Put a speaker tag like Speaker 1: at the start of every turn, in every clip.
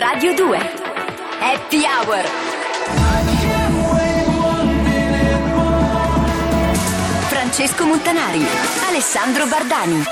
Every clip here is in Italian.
Speaker 1: Radio 2 Happy Hour. Francesco Montanari, Alessandro Bardani.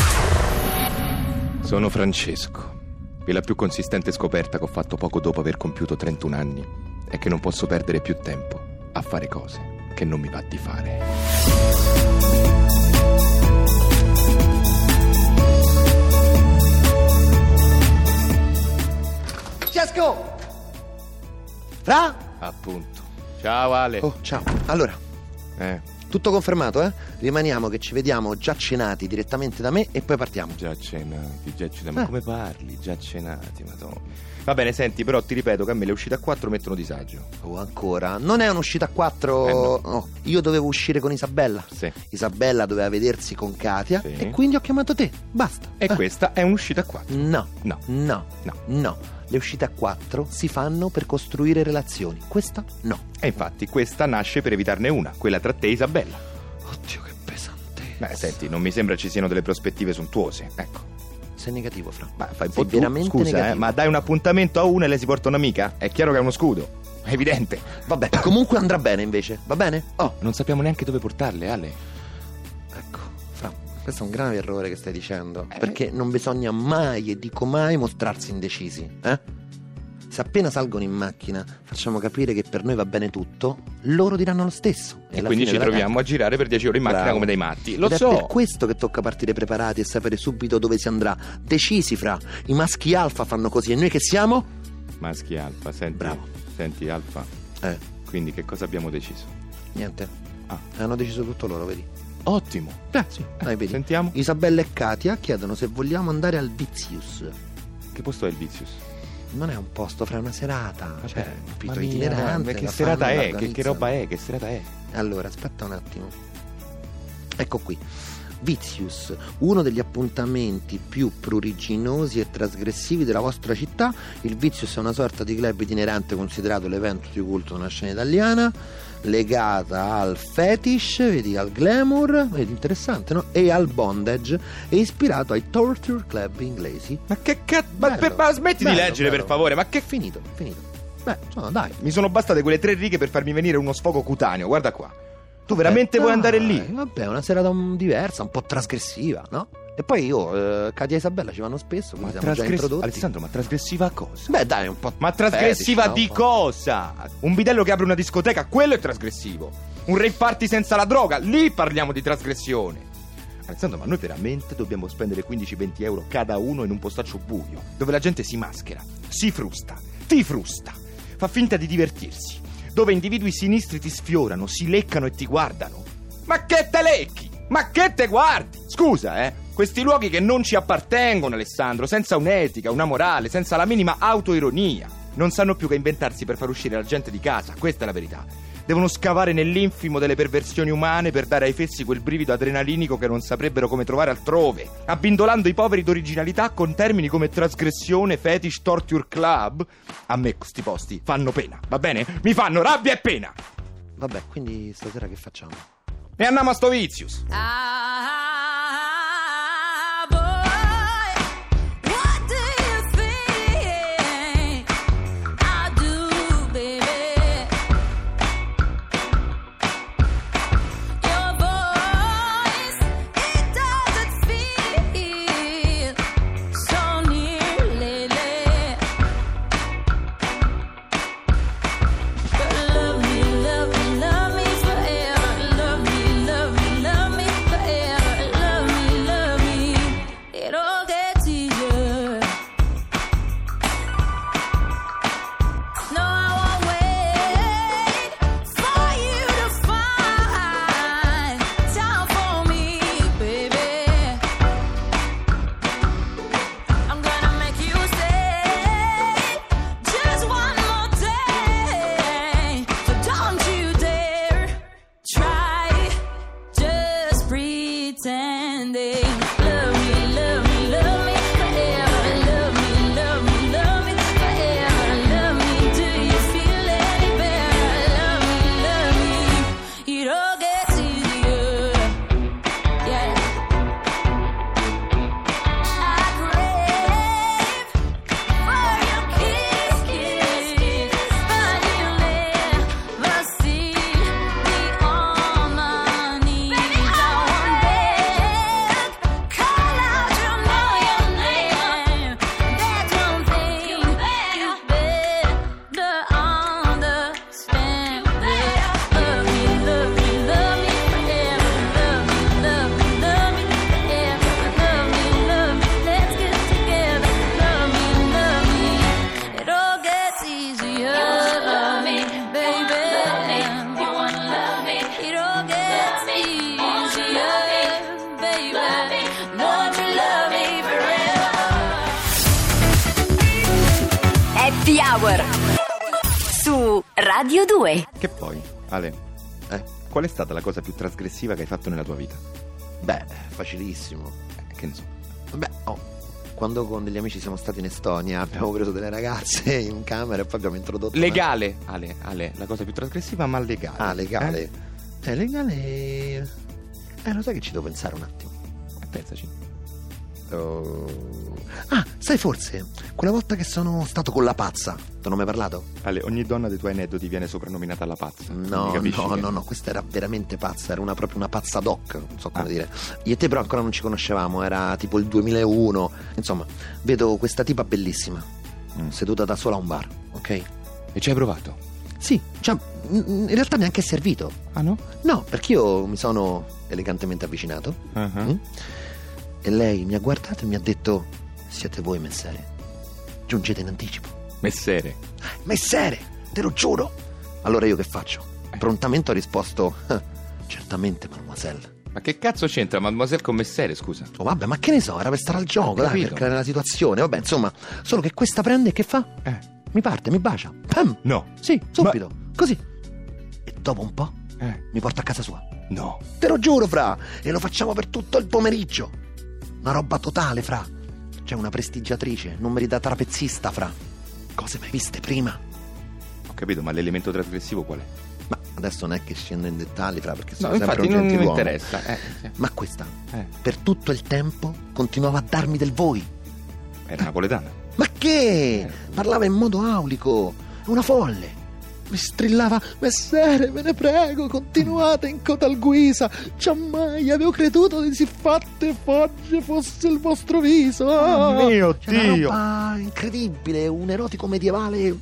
Speaker 2: Sono Francesco e la più consistente scoperta che ho fatto poco dopo aver compiuto 31 anni è che non posso perdere più tempo a fare cose che non mi va di fare.
Speaker 3: Francesco! Fra?
Speaker 2: Appunto. Ciao Ale.
Speaker 3: Oh, ciao. Allora, tutto confermato, eh? Rimaniamo che ci vediamo già cenati direttamente da me e poi partiamo.
Speaker 2: Già cenati. Ma come parli? Già cenati, madonna. Va bene, senti, però ti ripeto che a me le uscite a 4 mettono disagio.
Speaker 3: Oh, ancora? Non è un'uscita a 4? No. Io dovevo uscire con Isabella.
Speaker 2: Sì.
Speaker 3: Isabella doveva vedersi con Katia,
Speaker 2: sì,
Speaker 3: e quindi ho chiamato te. Basta.
Speaker 2: E questa è un'uscita a 4?
Speaker 3: No. Le uscite a 4 si fanno per costruire relazioni. Questa no.
Speaker 2: E infatti questa nasce per evitarne una, quella tra te e Isabella.
Speaker 3: Oddio, che pesante.
Speaker 2: Beh, senti, non mi sembra ci siano delle prospettive sontuose, ecco.
Speaker 3: Sei negativo, Fra.
Speaker 2: Ma fai un po' tu,
Speaker 3: veramente
Speaker 2: scusa,
Speaker 3: negativo.
Speaker 2: Ma dai un appuntamento a una e lei si porta un'amica? È chiaro che è uno scudo, è evidente.
Speaker 3: Vabbè, comunque andrà bene invece, va bene?
Speaker 2: Oh, non sappiamo neanche dove portarle, Ale.
Speaker 3: Ecco, Fra, questo è un grave errore che stai dicendo, perché non bisogna mai, e dico mai, mostrarsi indecisi, eh? Se appena salgono in macchina facciamo capire che per noi va bene tutto, loro diranno lo stesso.
Speaker 2: E quindi ci troviamo a girare per 10 ore in macchina. Bravo. Come dei matti. Lo so.
Speaker 3: È per questo che tocca partire preparati e sapere subito dove si andrà. Decisi, Fra. I maschi alfa fanno così e noi che siamo?
Speaker 2: Maschi alfa, senti.
Speaker 3: Bravo.
Speaker 2: Senti, alfa. Quindi che cosa abbiamo deciso?
Speaker 3: Niente. Hanno deciso tutto loro, vedi?
Speaker 2: Ottimo.
Speaker 3: Sì. Dai, vedi.
Speaker 2: Sentiamo.
Speaker 3: Isabella e Katia chiedono se vogliamo andare al Vizius.
Speaker 2: Che posto è il Vizius?
Speaker 3: Non è un posto, Fra, una serata.
Speaker 2: Cioè,
Speaker 3: capito, itinerante.
Speaker 2: Che serata è? Che roba è? Che serata è?
Speaker 3: Allora, aspetta un attimo. Ecco qui. Vizius, uno degli appuntamenti più pruriginosi e trasgressivi della vostra città. Il Vizius è una sorta di club itinerante considerato l'evento di culto della scena italiana, legata al fetish, vedi, al glamour, vedi, interessante, no? E al bondage, e ispirato ai torture club inglesi.
Speaker 2: Ma che cazzo? Ma smetti di leggere, per favore. Ma che...
Speaker 3: Finito. Beh, insomma, dai.
Speaker 2: Mi sono bastate quelle 3 righe per farmi venire uno sfogo cutaneo, guarda qua. Tu veramente vuoi andare lì?
Speaker 3: Vabbè, una serata diversa, un po' trasgressiva, no? E poi io, Katia e Isabella ci vanno spesso, quindi siamo già introdotti.
Speaker 2: Alessandro, ma trasgressiva a cosa?
Speaker 3: Beh, dai, un po'.
Speaker 2: Ma trasgressiva
Speaker 3: fetish,
Speaker 2: di
Speaker 3: no?
Speaker 2: cosa? Un bidello che apre una discoteca, quello è trasgressivo. Un rave party senza la droga, lì parliamo di trasgressione. Alessandro, ma noi veramente dobbiamo spendere 15-20 euro cada uno in un postaccio buio, dove la gente si maschera, si frusta, ti frusta, fa finta di divertirsi, dove individui sinistri ti sfiorano, si leccano e ti guardano. Ma che te lecchi? Ma che te guardi? Scusa, questi luoghi che non ci appartengono, Alessandro, senza un'etica, una morale, senza la minima autoironia, non sanno più che inventarsi per far uscire la gente di casa, questa è la verità. Devono scavare nell'infimo delle perversioni umane per dare ai fessi quel brivido adrenalinico che non saprebbero come trovare altrove, abbindolando i poveri d'originalità con termini come trasgressione, fetish, torture club. A me questi posti fanno pena, va bene? Mi fanno rabbia e pena.
Speaker 3: Vabbè, quindi stasera che facciamo?
Speaker 2: E andiamo a sto Vizius.
Speaker 4: Love me forever, love me
Speaker 1: Happy Hour su Radio 2.
Speaker 2: Che poi, Ale, qual è stata la cosa più trasgressiva che hai fatto nella tua vita?
Speaker 3: Beh, facilissimo.
Speaker 2: Che ne so.
Speaker 3: Beh, quando con degli amici siamo stati in Estonia abbiamo preso delle ragazze in camera e poi abbiamo introdotto
Speaker 2: Legale, Ale, la cosa più trasgressiva ma legale.
Speaker 3: Ah, legale. Legale. Lo sai che ci devo pensare un attimo.
Speaker 2: Pensaci.
Speaker 3: Sai forse quella volta che sono stato con la pazza, te non ho mai parlato?
Speaker 2: Ale, ogni donna dei tuoi aneddoti viene soprannominata la pazza.
Speaker 3: No, questa era veramente pazza, era proprio una pazza doc, non so come dire. Io e te però ancora non ci conoscevamo, era tipo il 2001. Insomma, vedo questa tipa bellissima, seduta da sola a un bar, ok?
Speaker 2: E ci hai provato?
Speaker 3: Sì, cioè, in realtà mi ha anche servito.
Speaker 2: Ah no?
Speaker 3: No, perché io mi sono elegantemente avvicinato. E lei mi ha guardato e mi ha detto: siete voi, messere, giungete in anticipo.
Speaker 2: Messere,
Speaker 3: te lo giuro. Allora io che faccio? Prontamente ho risposto: certamente, mademoiselle.
Speaker 2: ma che cazzo c'entra mademoiselle con messere, scusa?
Speaker 3: Oh vabbè, ma che ne so, era per stare al gioco, dai, per creare la situazione. Vabbè, insomma, solo che questa prende e che fa? Mi parte, mi bacia. Pam!
Speaker 2: No.
Speaker 3: Sì, subito, così. E dopo un po' mi porta a casa sua.
Speaker 2: No.
Speaker 3: Te lo giuro, fra. E lo facciamo per tutto il pomeriggio. Una roba totale, fra. C'è una prestigiatrice, numeri da trapezzista, fra. Cose mai viste prima.
Speaker 2: Ho capito, ma l'elemento trasgressivo qual è?
Speaker 3: Ma adesso non è che scendo in dettagli, fra, perché sono
Speaker 2: No,
Speaker 3: sempre
Speaker 2: infatti
Speaker 3: un
Speaker 2: non mi
Speaker 3: gentiluomo.
Speaker 2: interessa. Sì.
Speaker 3: Ma questa, per tutto il tempo, continuava a darmi del voi.
Speaker 2: Era napoletana.
Speaker 3: Ma che? Parlava in modo aulico, una folle. Mi strillava: messere, ve ne prego, continuate in Cotal Guisa. Giammai avevo creduto di siffatte fogge fosse il vostro viso.
Speaker 2: Mio
Speaker 3: C'è una
Speaker 2: Dio!
Speaker 3: roba incredibile, un erotico medievale.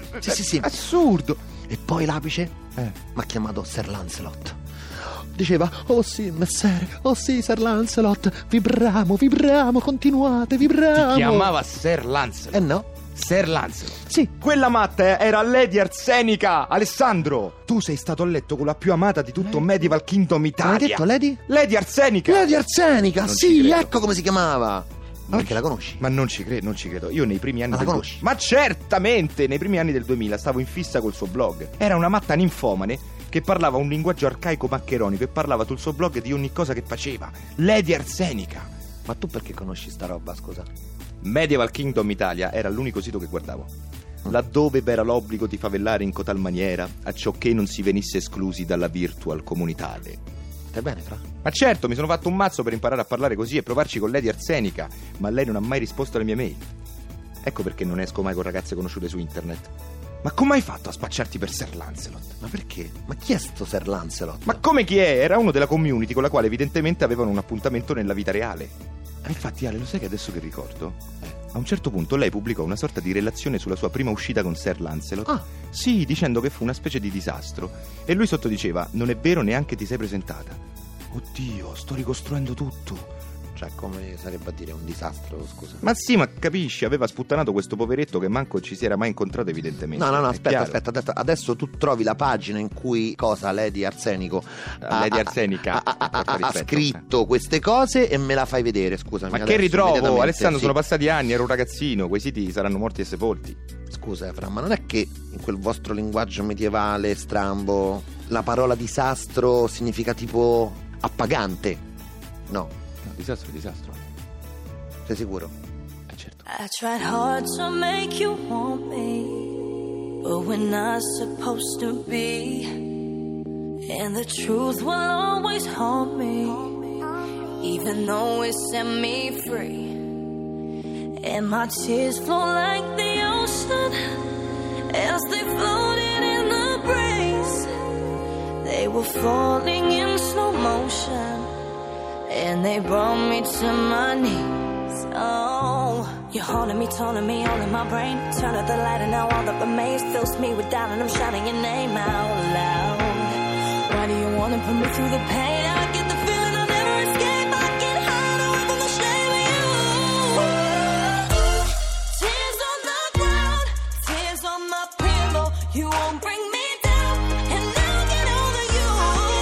Speaker 3: Sì.
Speaker 2: Assurdo.
Speaker 3: E poi l'apice mi ha chiamato Sir Lancelot. Diceva: oh sì, messere, oh sì, Sir Lancelot, vibriamo, continuate, vibriamo.
Speaker 2: Ti chiamava Sir Lancelot?
Speaker 3: No.
Speaker 2: Sir Lancelot?
Speaker 3: Sì.
Speaker 2: Quella matta era Lady Arsenica. Alessandro, tu sei stato a letto con la più amata di tutto Medieval Kingdom Italia.
Speaker 3: Hai detto Lady?
Speaker 2: Lady Arsenica.
Speaker 3: Lady Arsenica,
Speaker 2: Non ci
Speaker 3: sì,
Speaker 2: credo.
Speaker 3: ecco come si chiamava. Ma perché la conosci?
Speaker 2: Ma non ci credo. Io nei primi anni
Speaker 3: Ma la conosci?
Speaker 2: Ma certamente, nei primi anni del 2000 stavo in fissa col suo blog. Era una matta ninfomane che parlava un linguaggio arcaico maccheronico e parlava sul suo blog di ogni cosa che faceva. Lady Arsenica.
Speaker 3: Ma tu perché conosci sta roba, scusa?
Speaker 2: Medieval Kingdom Italia era l'unico sito che guardavo, laddove v'era l'obbligo di favellare in cotal maniera a ciò che non si venisse esclusi dalla virtual comunitale.
Speaker 3: Stai bene, fra?
Speaker 2: Ma certo, mi sono fatto un mazzo per imparare a parlare così e provarci con Lady Arsenica, ma lei non ha mai risposto alle mie mail. Ecco perché non esco mai con ragazze conosciute su internet. Ma come hai fatto a spacciarti per Sir Lancelot?
Speaker 3: Ma perché? Ma chi è sto Sir Lancelot?
Speaker 2: Ma come chi è? Era uno della community con la quale evidentemente avevano un appuntamento nella vita reale. Infatti, Ale, lo sai che adesso che ricordo? A un certo punto lei pubblicò una sorta di relazione sulla sua prima uscita con Sir Lancelot. Sì, dicendo che fu una specie di disastro. E lui sotto diceva: non è vero, neanche ti sei presentata. Oddio, sto ricostruendo tutto.
Speaker 3: Cioè, come sarebbe a dire un disastro, scusa?
Speaker 2: Ma sì, ma capisci, aveva sputtanato questo poveretto che manco ci si era mai incontrato evidentemente.
Speaker 3: No,
Speaker 2: È
Speaker 3: aspetta.
Speaker 2: chiaro.
Speaker 3: Adesso tu trovi la pagina in cui Lady Arsenico
Speaker 2: Lady Arsenica
Speaker 3: ha scritto queste cose e me la fai vedere, scusami.
Speaker 2: Ma che
Speaker 3: adesso,
Speaker 2: ritrovo,
Speaker 3: immediatamente,
Speaker 2: Alessandro,
Speaker 3: sì.
Speaker 2: sono passati anni, ero un ragazzino, quei siti saranno morti e sepolti.
Speaker 3: Scusa, Fra, ma non è che in quel vostro linguaggio medievale strambo la parola disastro significa tipo appagante? No.
Speaker 2: No, disastro.
Speaker 3: Sei sicuro?
Speaker 2: Certo.
Speaker 4: I tried hard to make you want me, but we're not supposed to be. And the truth will always haunt me, even though it set me free. And my tears flow like the ocean as they floated in the breeze. They were falling in slow motion, and they brought me to my knees. Oh, you're haunting me, taunting me, all in my brain. Turn out the light and now all that remains fills me with doubt, and I'm shouting your name out loud. Why do you want to put me through the pain? I get the feeling I'll never escape. I get hide away from the shame of you. Tears on the ground, tears on my pillow. You won't bring me down, and I'll get over you.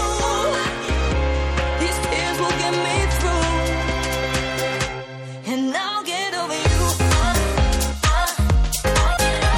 Speaker 4: These tears will get me through, and I'll get over you.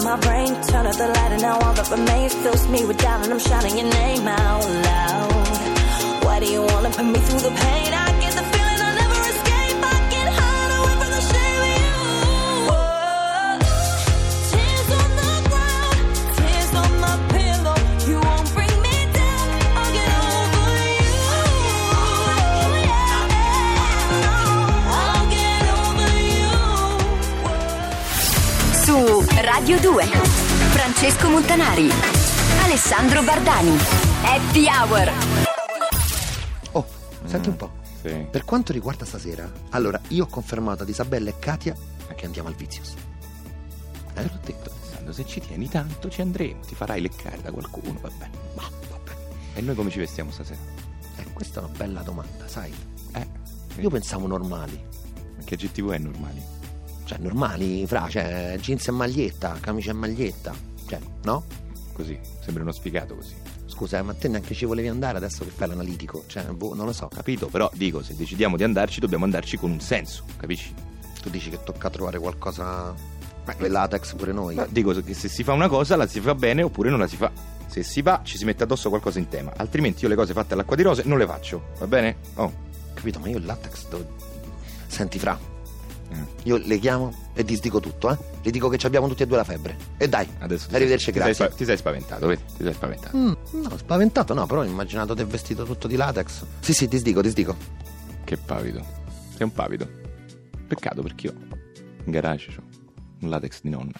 Speaker 4: in my brain. Turn up the light and now all that remains fills me with doubt, and I'm shouting your name out loud. Why do you wanna put me through the pain? I get the feeling I'll never escape. I get hide away from the shame of you. Whoa. Tears on the ground, tears on my pillow. You won't bring me down. I'll get over you. I'll get over you.
Speaker 1: Su Radio 2, Francesco Montanari, Alessandro Bardani, Happy Hour.
Speaker 3: Oh, senti un po'.
Speaker 2: Sì.
Speaker 3: Per quanto riguarda stasera, allora io ho confermato ad Isabella e Katia che andiamo al Vizius.
Speaker 2: Te l'ho detto, Alessandro, se ci tieni tanto ci andremo, ti farai leccare da qualcuno, vabbè.
Speaker 3: Ma vabbè.
Speaker 2: E noi come ci vestiamo stasera?
Speaker 3: Questa è una bella domanda, sai?
Speaker 2: Sì.
Speaker 3: Io pensavo normali.
Speaker 2: Ma che aggettivo è normali?
Speaker 3: Cioè normali, cioè jeans e maglietta, camicia e maglietta. Cioè, no?
Speaker 2: Così, sembra uno sfigato così.
Speaker 3: Scusa, ma te neanche ci volevi andare adesso che fai l'analitico? Cioè, non lo so.
Speaker 2: Capito? Però dico, se decidiamo di andarci dobbiamo andarci con un senso, capisci?
Speaker 3: Tu dici che tocca trovare qualcosa. Quel latex pure noi.
Speaker 2: Ma dico che se si fa una cosa la si fa bene oppure non la si fa. Se si va ci si mette addosso qualcosa in tema, altrimenti io le cose fatte all'acqua di rose non le faccio, va bene? Oh.
Speaker 3: Capito, ma io il latex Senti, Fra, io le chiamo e disdico tutto, eh? Le dico che ci abbiamo tutti e due la febbre. E dai,
Speaker 2: Adesso
Speaker 3: arrivederci, grazie.
Speaker 2: Ti sei spaventato, vedi? Ti sei spaventato.
Speaker 3: No, spaventato no, però ho immaginato te vestito tutto di latex. Sì, disdico.
Speaker 2: Che pavido. Sei un pavido. Peccato perché io in garage c'ho un latex di nonna.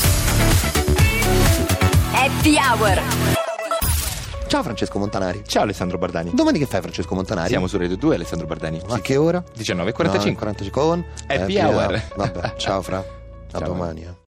Speaker 1: Happy Hour.
Speaker 3: Ciao Francesco Montanari.
Speaker 2: Ciao Alessandro Bardani.
Speaker 3: Domani che fai, Francesco Montanari?
Speaker 2: Siamo su Radio 2, Alessandro Bardani.
Speaker 3: A che ora?
Speaker 2: 19:45.
Speaker 3: 45 con
Speaker 2: Happy Hour.
Speaker 3: Vabbè, ciao Fra. A
Speaker 2: Ciao.
Speaker 3: domani.